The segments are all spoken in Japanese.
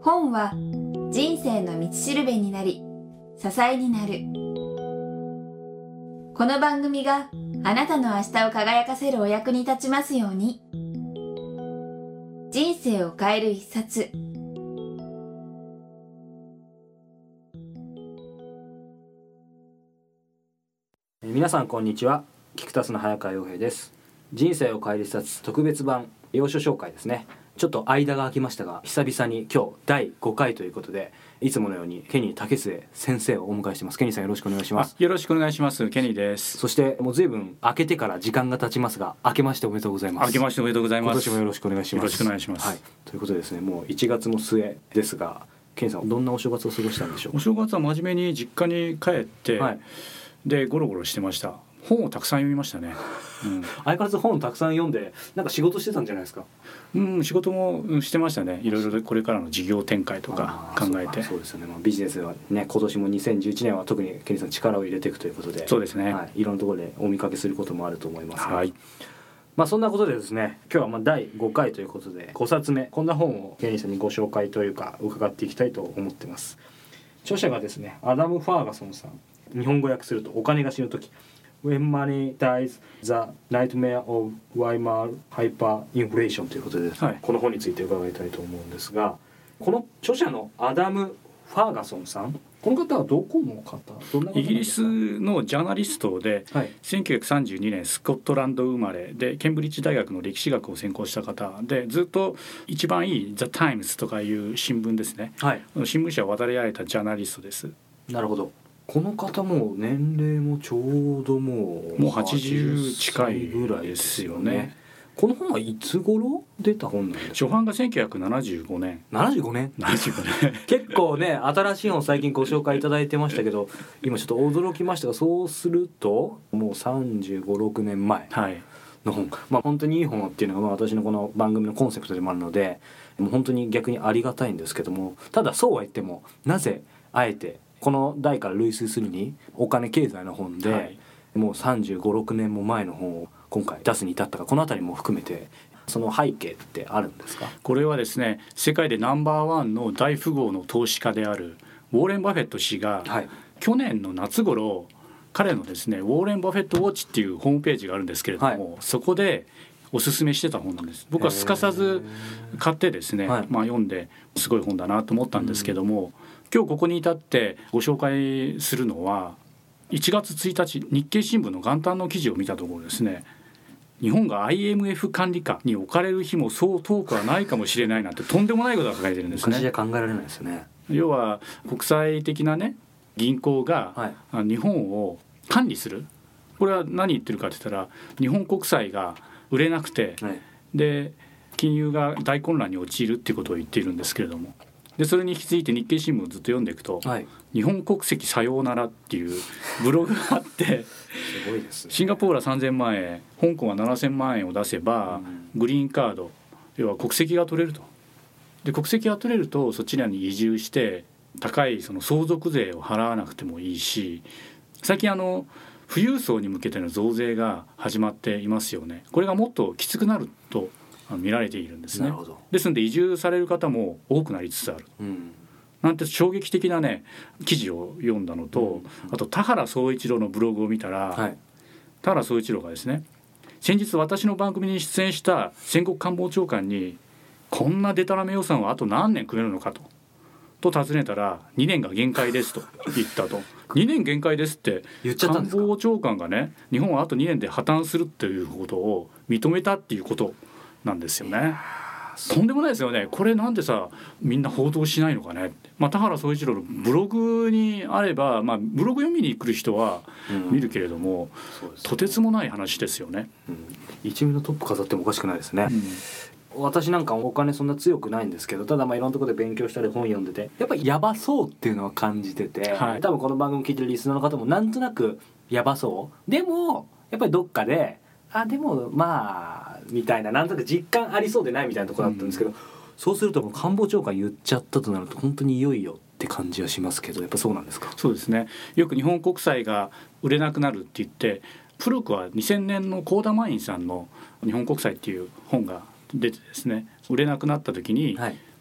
本は人生の道しるべになり支えになる。この番組があなたの明日を輝かせるお役に立ちますように。人生を変える一冊。 皆さんこんにちは。キクタスの早川洋平です。人生を変える一冊特別版要所紹介ですね。ちょっと間が空きましたが、久々に今日第5回ということで、いつものようにケニー竹末先生をお迎えしています。ケニーさんよろしくお願いします。 よろしくお願いします。ケニーです。 そしてもう随分明けてから時間が経ちますが、明けましておめでとうございます。 明けましておめでとうございます。 今年もよろしくお願いします。 よろしくお願いします。 はい、ということでですね、もう1月も末ですが、ケニーさんどんなお正月を過ごしたんでしょう。 お正月は真面目に実家に帰って、はい、でゴロゴロしてました。本をたくさん読みましたね。 相変わらず本をたくさん読んで、なんか仕事してたんじゃないですか。 仕事もしてましたね。いろいろこれからの事業展開とか考えて。 そうですよね。ビジネスはね、今年も2011年は特にケニーさん力を入れていくということで、 そうですね。 はい、いろんなところでお見かけすることもあると思います。 はい。 そんなことでですね、今日は第5回ということで5冊目、こんな本をケニーさんにご紹介というか伺っていきたいと思ってます。著者がですね、アダム・ファーガソンさん。日本語訳するとお金が死ぬ時。When Money Dies: The Nightmare of Weimar Hyperinflation ということで、はい、この本について伺いたいと思うんですが、この著者のアダム・ファーガソンさん、この方はどこの方？どんな方なんですか？ イギリスのジャーナリストで、はい、1932年スコットランド生まれで、ケンブリッジ大学の歴史学を専攻した方で、ずっと一番いい The Times とかいう新聞ですね、はい、新聞社を渡り歩いたジャーナリストです。 なるほど。この方も年齢もちょうどもう 80近いぐらいですよね。 この本はいつ頃出た本なんですか？ 初版が1975年。 75年結構ね、新しい本最近ご紹介いただいてましたけど、今ちょっと驚きましたが、そうするともう35、6年前の本、本当にいい本っていうのが私のこの番組のコンセプトでもあるので、もう本当に逆にありがたいんですけども、ただそうは言っても、なぜあえてこの代から類推するにお金経済の本で、はい、もう35、6年も前の本を今回出すに至ったか、このあたりも含めてその背景ってあるんですか？ これはですね、世界でナンバーワンの大富豪の投資家であるウォーレン・バフェット氏が、はい、去年の夏頃、彼のですねウォーレン・バフェットウォッチっていうホームページがあるんですけれども、はい、そこでおすすめしてた本なんです。僕はすかさず買ってですね、読んですごい本だなと思ったんですけども、今日ここに至ってご紹介するのは1月1日日経新聞の元旦の記事を見たところですね、日本が IMF 管理下に置かれる日もそう遠くはないかもしれないなんて、とんでもないことが書かれてるんですね。 昔じゃ考えられないですよね。 要は国際的なね銀行が日本を管理する。これは何言ってるかって言ったら、日本国債が売れなくて、はい、で金融が大混乱に陥るっていうことを言っているんですけれども、でそれに引き続いて日経新聞をずっと読んでいくと、はい、日本国籍さようならっていうブログがあってすごいですね。 シンガポールは3000万円、香港は7000万円を出せば、グリーンカード、要は国籍が取れると。で国籍が取れるとそちらに移住して高いその相続税を払わなくてもいいし、最近富裕層に向けての増税が始まっていますよね。これがもっときつくなると見られているんですね。ですので移住される方も多くなりつつある、なんて衝撃的なね記事を読んだのと、あと田原総一郎のブログを見たら、はい、田原総一郎がですね、先日私の番組に出演した戦国官房長官に、こんなデタラメ予算はあと何年組めるのかと尋ねたら、2年が限界ですと言ったと。2年限界ですって言っちゃったんですか？ 官房長官がね、日本はあと2年で破綻するっていうことを認めたっていうことなんですよね。とんでもないですよね。これなんでさみんな報道しないのかね。田原総一郎のブログにあれば、ブログ読みに来る人は見るけれども、とてつもない話ですよね。 一味のトップ飾ってもおかしくないですね。私なんかお金そんな強くないんですけど、ただいろんなところで勉強したり本読んでて、やっぱりヤバそうっていうのは感じてて、はい、多分この番組聞いてるリスナーの方もなんとなくヤバそう、でもやっぱりどっかででもみたいな、なんとなく実感ありそうでないみたいなところだったんですけど、そうすると官房長官言っちゃったとなると本当にいよいよって感じはしますけど、やっぱそうなんですか？ そうですね。よく日本国債が売れなくなるって言って、古くは2000年の幸田真院さんの日本国債っていう本が出てですね、売れなくなった時に、はい、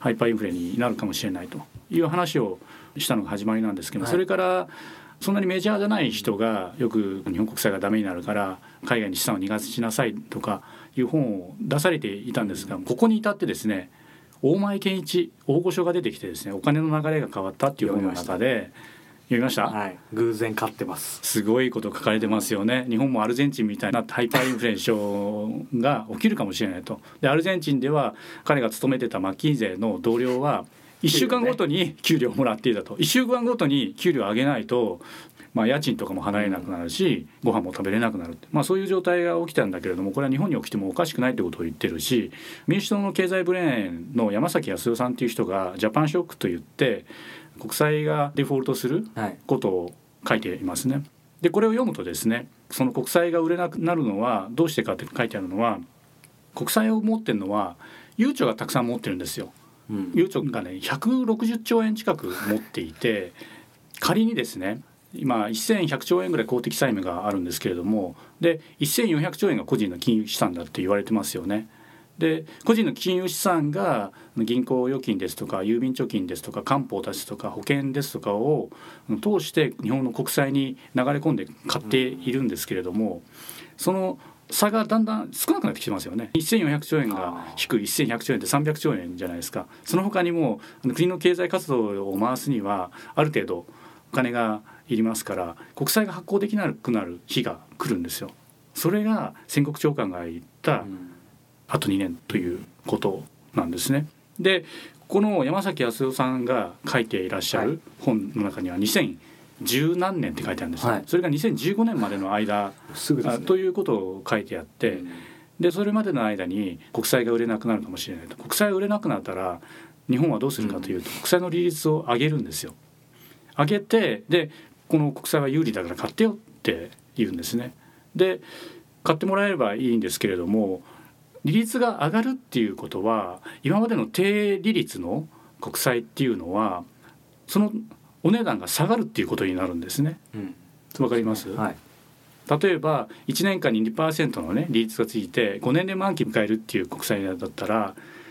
ハイパーインフレになるかもしれないという話をしたのが始まりなんですけど、 はい、 それからそんなにメジャーじゃない人がよく日本国債がダメになるから海外に資産を逃がしなさいとかいう本を出されていたんですが、ここに至ってですね、大前健一大御所が出てきてですね、お金の流れが変わったっていう本の中で読みました。 はい、偶然買ってます。 すごいこと書かれてますよね。日本もアルゼンチンみたいなハイパーインフレーションが起きるかもしれないと。でアルゼンチンでは彼が勤めてたマッキンゼーの同僚は1週間ごとに給料をもらっていたと。1週間ごとに給料を上げないと、家賃とかも払えなくなるし、ご飯も食べれなくなる、そういう状態が起きたんだけれども、これは日本に起きてもおかしくないということを言ってるし、民主党の経済ブレーンの山崎康代さんっていう人がジャパンショックといって国債がデフォルトすることを書いていますね。でこれを読むとですね、その国債が売れなくなるのはどうしてかって書いてあるのは、国債を持ってるのはゆうちょがたくさん持ってるんですよ。ゆうちょがね160兆円近く持っていて、仮にですね今1100兆円ぐらい公的債務があるんですけれども、で1400兆円が個人の金融資産だって言われてますよね。で個人の金融資産が銀行預金ですとか郵便貯金ですとか官報ですとか保険ですとかを通して日本の国債に流れ込んで買っているんですけれども、その差がだんだん少なくなってきてますよね。1400兆円が引く1100兆円って300兆円じゃないですか。その他にも国の経済活動を回すにはある程度お金がいりますから、国債が発行できなくなる日が来るんですよ。それが宣告長官が言ったあと2年ということなんですね。でこの山崎康代さんが書いていらっしゃる本の中には2010何年って書いてあるんですね、それが2015年までの間ということを書いてあって、でそれまでの間に国債が売れなくなるかもしれないと。国債が売れなくなったら日本はどうするかというと、国債の利率を上げるんですよ。上げて、でこの国債は有利だから買ってよって言うんですね。で買ってもらえればいいんですけれども、利率が上がるっていうことは今までの低利率の国債っていうのはそのお値段が下がるっていうことになるんですね。わかります？はい、例えば1年間に 2% のね利率がついて5年で満期迎えるっていう国債だったら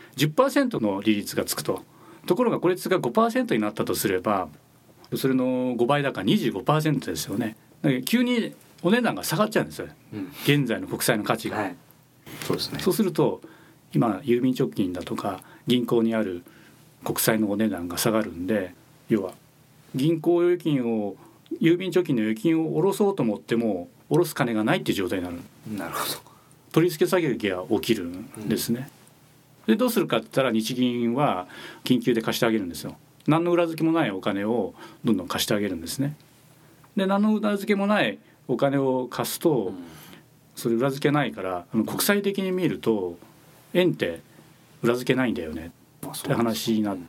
10% の利率がつくと。ところがこれが 5% になったとすればそれの5倍だから 25% ですよね。だから急にお値段が下がっちゃうんですよ、現在の国債の価値が、 そうですね。 そうすると今郵便貯金だとか銀行にある国債のお値段が下がるんで、要は銀行預金を郵便貯金の預金を下ろそうと思っても下ろす金がないっていう状態になる。 なるほど。 取り付け作業が起きるんですね、でどうするかって言ったら日銀は緊急で貸してあげるんですよ。何の裏付けもないお金をどんどん貸してあげるんですね。で何の裏付けもないお金を貸すとそれ裏付けないから国際的に見ると円って裏付けないんだよねって話になって、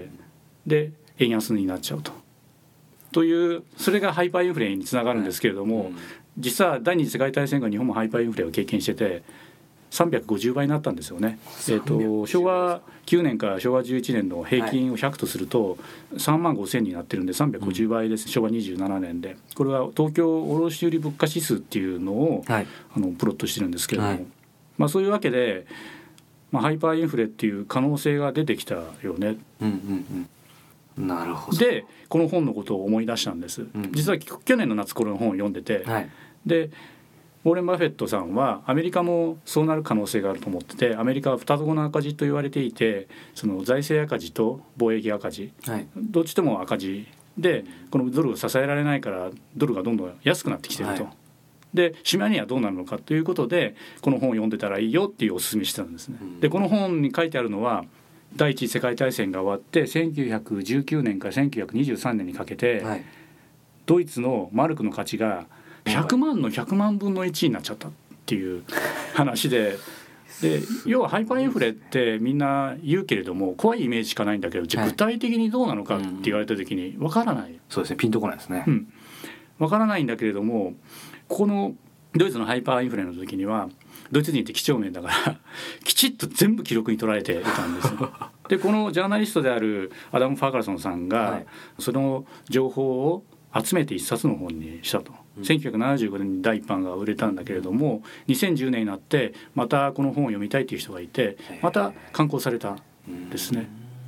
で円安になっちゃうという、それがハイパーインフレにつながるんですけれども、実は第二次世界大戦後日本もハイパーインフレを経験してて350倍になったんですよね。昭和9年から昭和11年の平均を100とすると3万5千になってるんで350倍です、昭和27年で。これは東京卸売物価指数っていうのを、プロットしてるんですけれども、そういうわけで、ハイパーインフレっていう可能性が出てきたよね。 なるほど。 でこの本のことを思い出したんです、実は去年の夏頃の本を読んでて、でウォーレン・バフェットさんはアメリカもそうなる可能性があると思ってて、アメリカは双子の赤字と言われていて、その財政赤字と貿易赤字、どっちとも赤字で、このドルを支えられないからドルがどんどん安くなってきてると、でしまいにはどうなるのかということでこの本を読んでたらいいよっていうお勧めしてたんですね。でこの本に書いてあるのは第一次世界大戦が終わって1919年から1923年にかけて、ドイツのマルクの価値が100万の100万分の1になっちゃったっていう話で、要はハイパーインフレってみんな言うけれども怖いイメージしかないんだけど、じゃあ具体的にどうなのかって言われた時に分からない、 そうですね、ピンとこないですね、 分からないんだけれども、このドイツのハイパーインフレの時にはドイツ人って几帳面だからきちっと全部記録に取られていたんですよ。でこのジャーナリストであるアダム・ファーガルソンさんが、その情報を集めて一冊の本にしたと。1975年に第一版が売れたんだけれども、2010年になってまたこの本を読みたいという人がいてまた刊行されたんですね。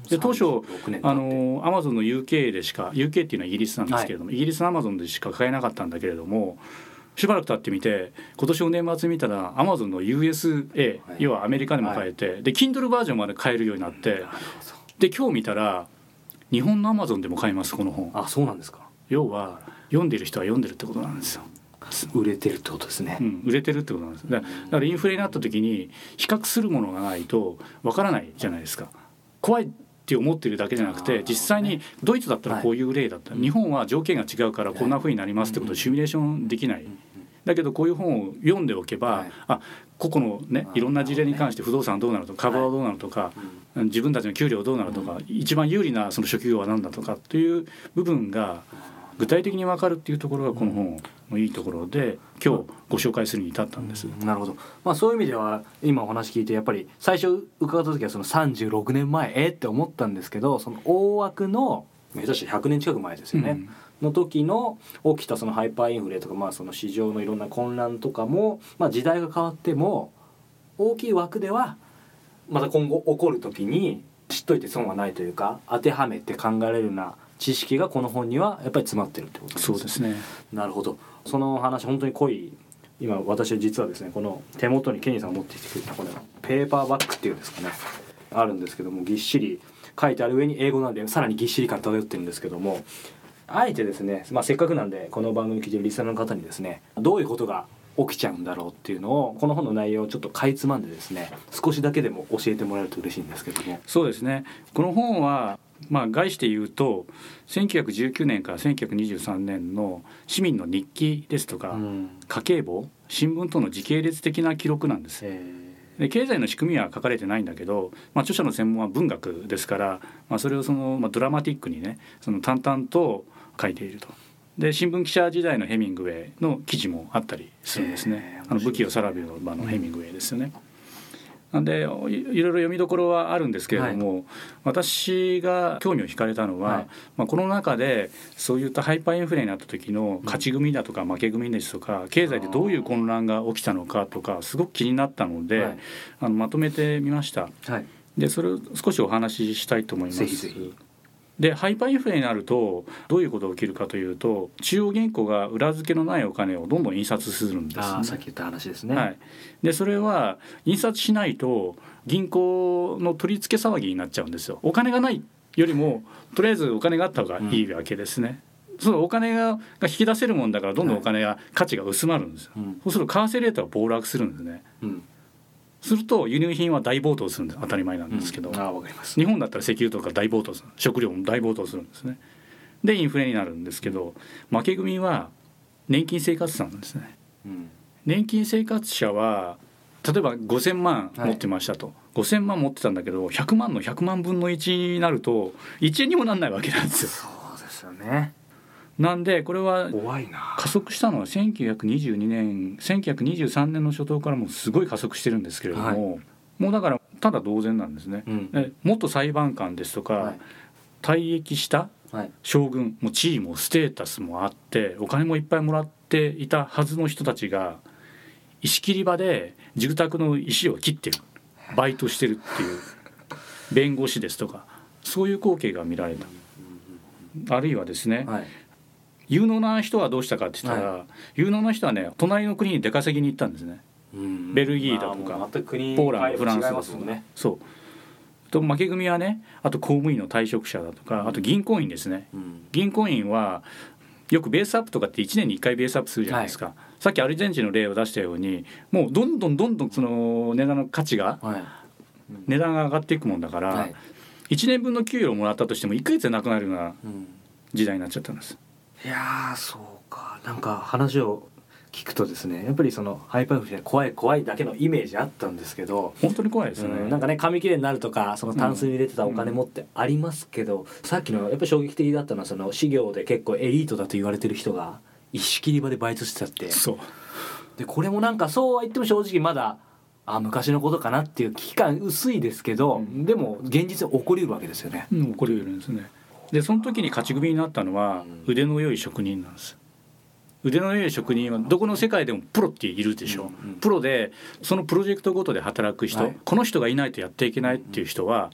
で当初 36年経ってアマゾンの UK でしか UK っていうのはイギリスなんですけれども、イギリスのアマゾンでしか買えなかったんだけれども、しばらく経ってみて今年の年末見たらアマゾンの USA、要はアメリカでも買えて、で Kindle バージョンまで買えるようになって、で今日見たら日本のアマゾンでも買えますこの本。 あ、そうなんですか。 要は読んでる人は読んでるってことなんですよ。 売れてるってことですね。 売れてるってことなんです。だからインフレになった時に比較するものがないとわからないじゃないですか。怖いって思ってるだけじゃなくて、実際にドイツだったらこういう例だった、日本は条件が違うからこんな風になりますってことをシミュレーションできない。だけどこういう本を読んでおけば、個々のねいろんな事例に関して不動産どうなるとか株はどうなるとか、自分たちの給料どうなるとか、一番有利なその職業は何だとかっていう部分が具体的に分かるっていうところがこの本のいいところで今日ご紹介するに至ったんです。 なるほど。そういう意味では今お話聞いてやっぱり最初伺った時はその36年前って思ったんですけど、その大枠の目指して100年近く前ですよね、の時の起きたそのハイパーインフレとか、その市場のいろんな混乱とかも、時代が変わっても大きい枠ではまた今後起こる時に知っといて損はないというか、当てはめて考えられるような知識がこの本にはやっぱり詰まってるってことですね。 そうですね。 なるほど。その話本当に濃い。今私は実はですね、この手元にケニーさんが持ってきてくれたこれペーパーバッグっていうんですかね、あるんですけども、ぎっしり書いてある上に英語なんでさらにぎっしり感漂ってるんですけども、あえてですね、せっかくなんでこの番組聞いてるリスナーの方にですね、どういうことが起きちゃうんだろうっていうのをこの本の内容をちょっとかいつまんでですね、少しだけでも教えてもらえると嬉しいんですけども。 そうですね。この本は概して言うと1919年から1923年の市民の日記ですとか、家計簿、新聞との時系列的な記録なんです。で経済の仕組みは書かれてないんだけど、著者の専門は文学ですから、それをその、ドラマティックにね、その淡々と書いていると。で新聞記者時代のヘミングウェイの記事もあったりするんですね。武器をさらびの場のヘミングウェイですよね。なんでいろいろ読みどころはあるんですけれども、私が興味を惹かれたのは、この中でそういったハイパーインフレになった時の勝ち組だとか負け組ですとか、経済でどういう混乱が起きたのかとかすごく気になったので、まとめてみました。でそれを少しお話ししたいと思います。 ぜひぜひ。 でハイパーインフレになるとどういうことが起きるかというと、中央銀行が裏付けのないお金をどんどん印刷するんですね。 さっき言った話ですね。 でそれは印刷しないと銀行の取り付け騒ぎになっちゃうんですよ。お金がないよりもとりあえずお金があった方がいいわけですね。そのお金が引き出せるもんだからどんどんお金が、価値が薄まるんですよ。そうすると為替レートが暴落するんですね。すると輸入品は大暴騰するんです。当たり前なんですけど、 わかります。 日本だったら石油とか大暴騰する、食料も大暴騰するんですね。でインフレになるんですけど、負け組は年金生活者なんですね。年金生活者は例えば5000万持ってましたと、5000万持ってたんだけど100万の100万分の1になると1円にもなんないわけなんですよ。 そうですよね。 なんでこれは怖いな。 加速したのは1922年1923年の初頭からもうすごい加速してるんですけれども、もうだからただ同然なんですね。元裁判官ですとか、退役した将軍、もう地位もステータスもあってお金もいっぱいもらっていたはずの人たちが石切り場で住宅の石を切ってる、バイトしてるっていう弁護士ですとか、そういう光景が見られた。あるいはですね、有能な人はどうしたかって言ったら、有能な人はね隣の国に出稼ぎに行ったんですね。ベルギーだとか、ポーランド、フランスですとか、そうと負け組はね、あと公務員の退職者だとか、あと銀行員ですね。銀行員はよくベースアップとかって1年に1回ベースアップするじゃないですか。さっきアルゼンチンの例を出したように、もうどんどんその値段の価値が、値段が上がっていくもんだから、1年分の給与をもらったとしても1ヶ月でなくなるような時代になっちゃったんです。 いやそうか。なんか話を聞くとですね、やっぱりそのハイパーインフレ怖いだけのイメージあったんですけど、 本当に怖いですね。 なんかね、紙切れになるとか、そのタンスに入れてたお金もってありますけど、さっきのやっぱり衝撃的だったのは、その事業で結構エリートだと言われてる人が石切り場でバイトしてたって。でこれもなんかそうは言っても正直まだ昔のことかなっていう危機感薄いですけど、でも現実起こりうるわけですよね。 起こりうるんですね。でその時に勝ち組になったのは腕の良い職人なんです。腕の良い職人はどこの世界でもプロっているでしょ。プロでそのプロジェクトごとで働く人、この人がいないとやっていけないっていう人は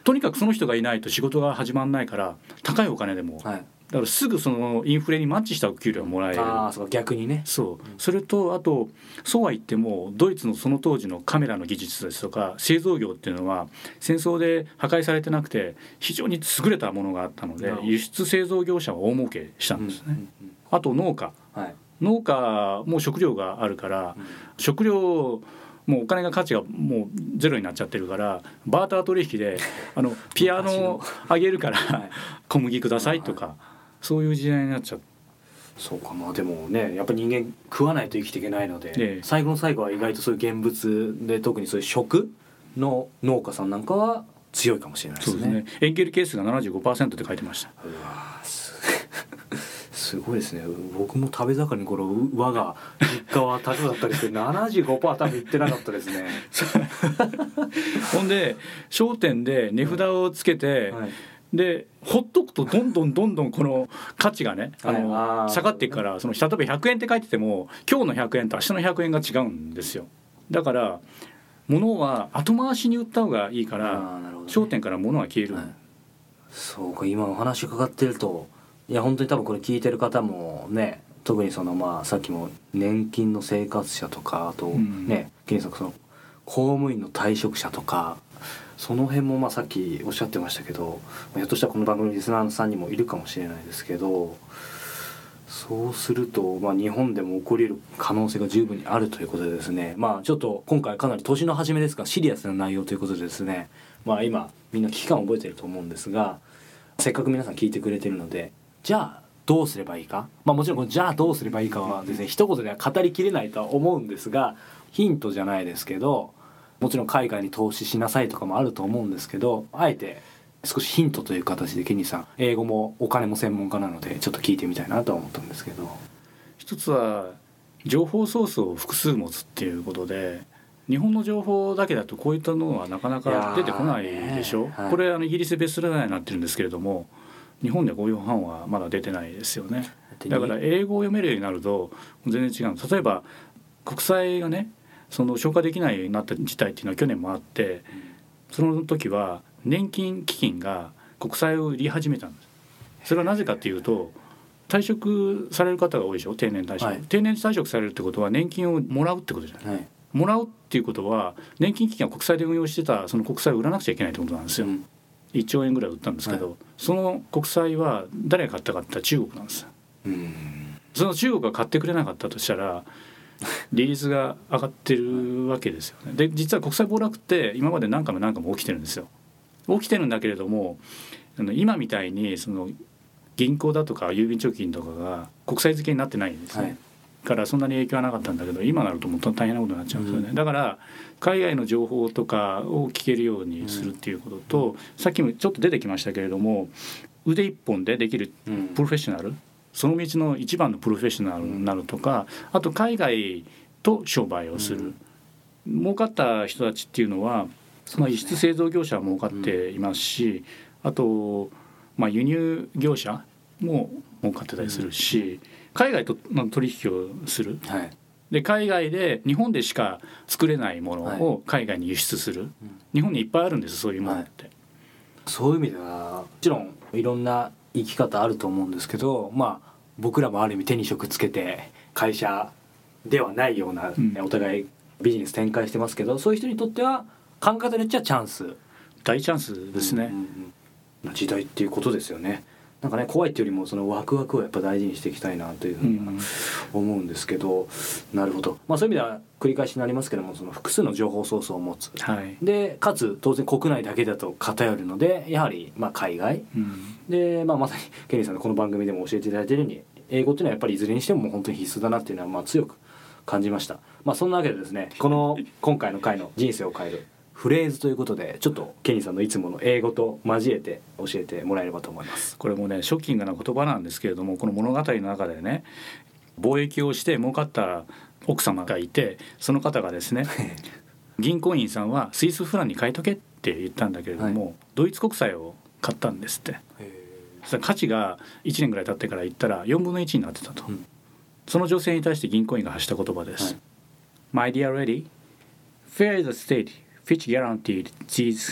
とにかくその人がいないと仕事が始まらないから、高いお金でも、だからすぐそのインフレにマッチしたお給料がもらえる。 そう逆にね。 そう、それとあとそうは言ってもドイツのその当時のカメラの技術ですとか製造業っていうのは戦争で破壊されてなくて非常に優れたものがあったので、輸出製造業者は大儲けしたんですね。あと農家、農家も食料があるから、食料もうお金が価値がもうゼロになっちゃってるから、バーター取引でピアノをあげるから小麦くださいとか、そういう時代になっちゃう。 そうか、まあでもね、やっぱり人間食わないと生きていけないので、最後の最後は意外とそういう現物で、特にそういう食の農家さんなんかは強いかもしれないですね。 そうですね。エンゲル係数が 75% って書いてました。 うわすごいですね。僕も食べ盛りの頃我が実家は高かったりして 75% 多分いってなかったですね。 ほんで商店で値札をつけて、でほっとくとどんどんこの価値がね下がっていくから、その例えば100円って書いてても今日の100円と明日の100円が違うんですよ。だから物は後回しに売った方がいいから、商店から物は消える、 そうか、今お話伺ってると、いや本当に多分これ聞いてる方もね、特にそのさっきも年金の生活者とか、あとね、ケニーさんその公務員の退職者とか、その辺もさっきおっしゃってましたけど、ひょっとしたらこの番組リスナーさんにもいるかもしれないですけど、そうすると日本でも起こり得る可能性が十分にあるということでですね、ちょっと今回かなり年の初めですがシリアスな内容ということでですね、今みんな危機感を覚えていると思うんですが、せっかく皆さん聞いてくれているので、じゃあどうすればいいか、もちろんこのじゃあどうすればいいかはですね、一言では語りきれないとは思うんですが、ヒントじゃないですけど、もちろん海外に投資しなさいとかもあると思うんですけど、あえて少しヒントという形でケニーさん、英語もお金も専門家なのでちょっと聞いてみたいなとは思ったんですけど。 一つは情報ソースを複数持つっていうことで、日本の情報だけだとこういったのはなかなか出てこないでしょ。これイギリスでベストセラーになってるんですけれども、日本でこういう本はまだ出てないですよね。だから英語を読めるようになると全然違う。例えば国債がね、その消化できないようになった事態っていうのは去年もあって、その時は年金基金が国債を売り始めたんです。それはなぜかっていうと、退職される方が多いでしょ、定年退職、定年退職されるってことは年金をもらうってことじゃない、もらうっていうことは年金基金は国債で運用してたその国債を売らなくちゃいけないってことなんですよ、1兆円ぐらい売ったんですけど、その国債は誰が買ったかって言ったら中国なんです。その中国が買ってくれなかったとしたら利率が上がってるわけですよね。で実は国債暴落って今まで何回も起きてるんですよ。起きてるんだけれども、今みたいにその銀行だとか郵便貯金とかが国債付けになってないんですね、からそんなに影響はなかったんだけど、今なるともう大変なことになっちゃうんですよね、だから海外の情報とかを聞けるようにするっていうことと、さっきもちょっと出てきましたけれども、腕一本でできるプロフェッショナル、その道の一番のプロフェッショナルになるとか、あと海外と商売をする、儲かった人たちっていうのは、輸出製造業者は儲かっていますし、あと輸入業者も儲かってたりするし、海外と取引をする、で海外で日本でしか作れないものを海外に輸出する、日本にいっぱいあるんです、そういうものって、 そういう意味ではもちろんいろんな生き方あると思うんですけど、僕らもある意味手に職つけて会社ではないような、お互いビジネス展開してますけど、そういう人にとっては考え方によっちゃチャンス、 大チャンスですね、 時代っていうことですよね。なんかね、怖いっていうよりもそのワクワクをやっぱ大事にしていきたいなというふうに思うんですけど、なるほど、そういう意味では繰り返しになりますけども、その複数の情報ソースを持つ、でかつ当然国内だけだと偏るので、やはり海外、で、まさにケニーさんのこの番組でも教えていただいているように、英語っていうのはやっぱりいずれにしても本当に必須だなっていうのは強く感じました。そんなわけでですね、今回の回の人生を変えるフレーズということで、ちょっとケニーさんのいつもの英語と交えて教えてもらえればと思います。 これもねショッキングな言葉なんですけれども、この物語の中でね、貿易をして儲かった奥様がいて、その方がですね銀行員さんはスイスフランに買いとけって言ったんだけれども、ドイツ国債を買ったんですって。そしたら価値が1年ぐらい経ってから言ったら4分の1になってたと、その女性に対して銀行員が発した言葉です、My dear lady, fair is the state which guaranteed these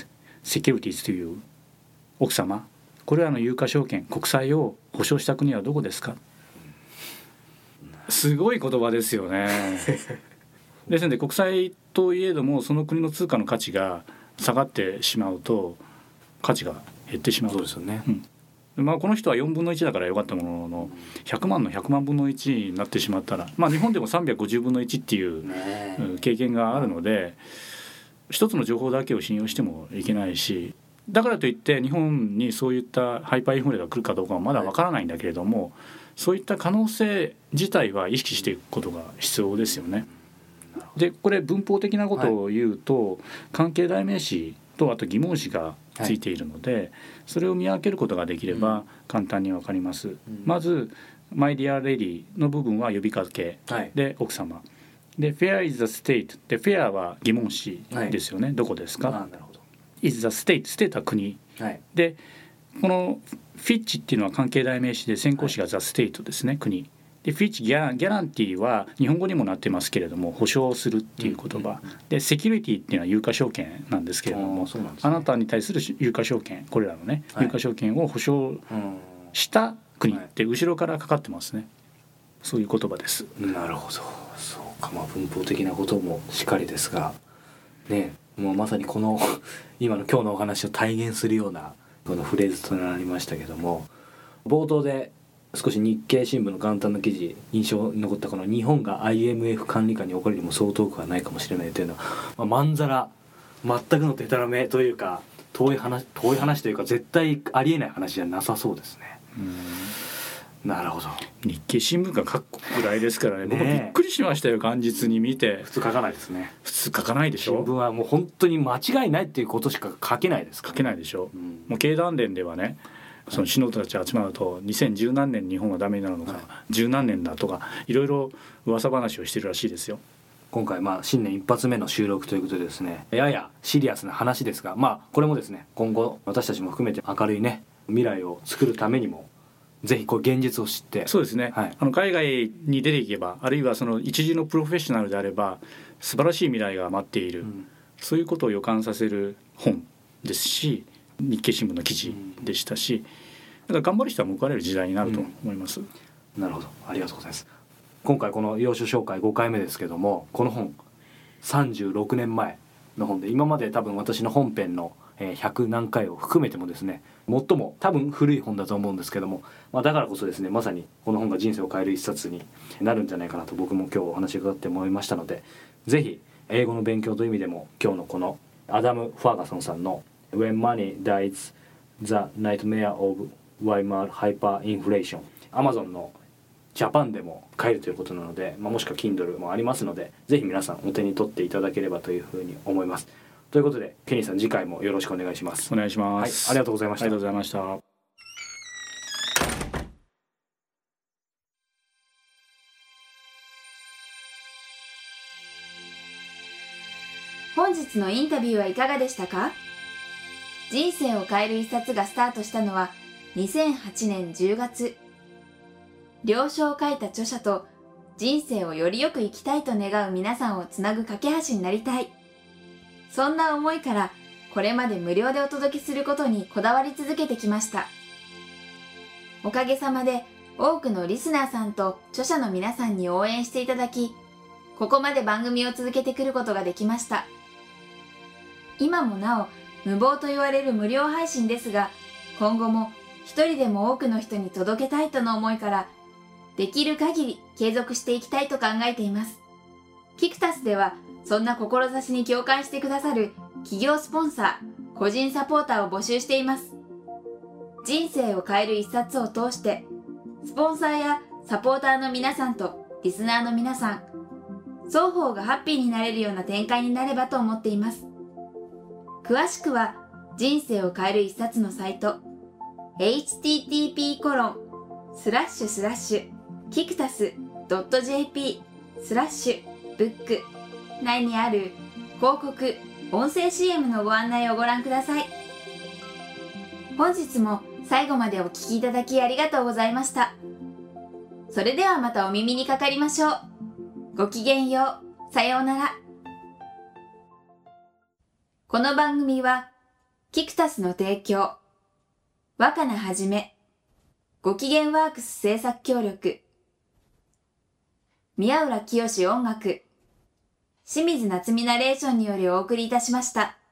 セキュリティーという奥様、これらの有価証券国債を保証した国はどこですか。すごい言葉ですよね。ですので国債といえどもその国の通貨の価値が下がってしまうと価値が減ってしまう。 そうですよね。 まあ、この人は4分の1だからよかったものの100万の100万分の1になってしまったら、まあ、日本でも350分の1っていう経験があるので一つの情報だけを信用してもいけないし、だからといって日本にそういったハイパーインフレが来るかどうかはまだわからないんだけれども、そういった可能性自体は意識していくことが必要ですよね。でこれ文法的なことを言うと、関係代名詞とあと疑問詞がついているので、それを見分けることができれば簡単に分かります。まず「My dear lady」の部分は呼びかけで奥様で「Fair is the state」で「Fair」は疑問詞ですよね、どこですか。 なるほど。 is the state、 ステートは国、でこのフィッチっていうのは関係代名詞で先行詞が the state ですね、国で、フィッチギャランティーは日本語にもなってますけれども保証するっていう言葉、でセキュリティっていうのは有価証券なんですけれども、あなたに対する有価証券、これらのね、有価証券を保証した国って後ろからかかってますね。そういう言葉です。 なるほど。そうか、まあ文法的なこともしっかりですがね、もうまさにこの今の今日のお話を体現するようなこのフレーズとなりましたけども、冒頭で少し日経新聞の簡単な記事印象に残ったこの日本が IMF 管理下に置かれるにもそう遠くはないかもしれないというのは、まんざら全くのデタラメというか遠い話というか絶対ありえない話じゃなさそうですね。なるほど。 日経新聞が書くぐらいですからね、僕びっくりしましたよ、元日に見て。 普通書かないですね。 普通書かないでしょ。 新聞はもう本当に間違いないっていうことしか書けないですから、 書けないでしょ、もう経団連ではね、その素人たちが集まると2010何年日本はダメになるのか、10何年だとかいろいろ噂話をしてるらしいですよ。 今回新年一発目の収録ということでですね、ややシリアスな話ですが、これもですね今後私たちも含めて明るいね未来を作るためにもぜひこう現実を知って、 そうですね、海外に出ていけば、あるいはその一時のプロフェッショナルであれば素晴らしい未来が待っている、そういうことを予感させる本ですし、日経新聞の記事でしたし、だから頑張る人は報われる時代になると思います。 なるほど、ありがとうございます。今回この要所紹介5回目ですけども、この本36年前の本で、今まで多分私の本編の100何回を含めてもですね最も多分古い本だと思うんですけども、だからこそですねまさにこの本が人生を変える一冊になるんじゃないかなと僕も今日お話伺って思いましたので、ぜひ英語の勉強という意味でも今日のこのアダム・ファーガソンさんの When Money Dies The Nightmare of Weimar Hyperinflation、 Amazon のジャパンでも買えるということなので、もしくは Kindle もありますので、ぜひ皆さんお手に取っていただければというふうに思います。ということでケニーさん、次回もよろしくお願いします。 お願いします。 ありがとうございました。 ありがとうございました。 本日のインタビューはいかがでしたか？人生を変える一冊がスタートしたのは2008年10月。了承を書いた著者と人生をよりよく生きたいと願う皆さんをつなぐ架け橋になりたい。そんな思いからこれまで無料でお届けすることにこだわり続けてきました。おかげさまで多くのリスナーさんと著者の皆さんに応援していただき、ここまで番組を続けてくることができました。今もなお無謀と言われる無料配信ですが、今後も一人でも多くの人に届けたいとの思いからできる限り継続していきたいと考えています。キクタスではそんな志に共感してくださる企業スポンサー、個人サポーターを募集しています。人生を変える一冊を通してスポンサーやサポーターの皆さんとリスナーの皆さん双方がハッピーになれるような展開になればと思っています。詳しくは人生を変える一冊のサイト http://kictas.jp/book 内にある広告・音声 CM のご案内をご覧ください。本日も最後までお聞きいただきありがとうございました。それではまたお耳にかかりましょう。ごきげんよう。さようなら。この番組はキクタスの提供、若菜はじめ、ご機嫌ワークス制作協力、宮浦清音楽、清水夏美ナレーションによりお送りいたしました。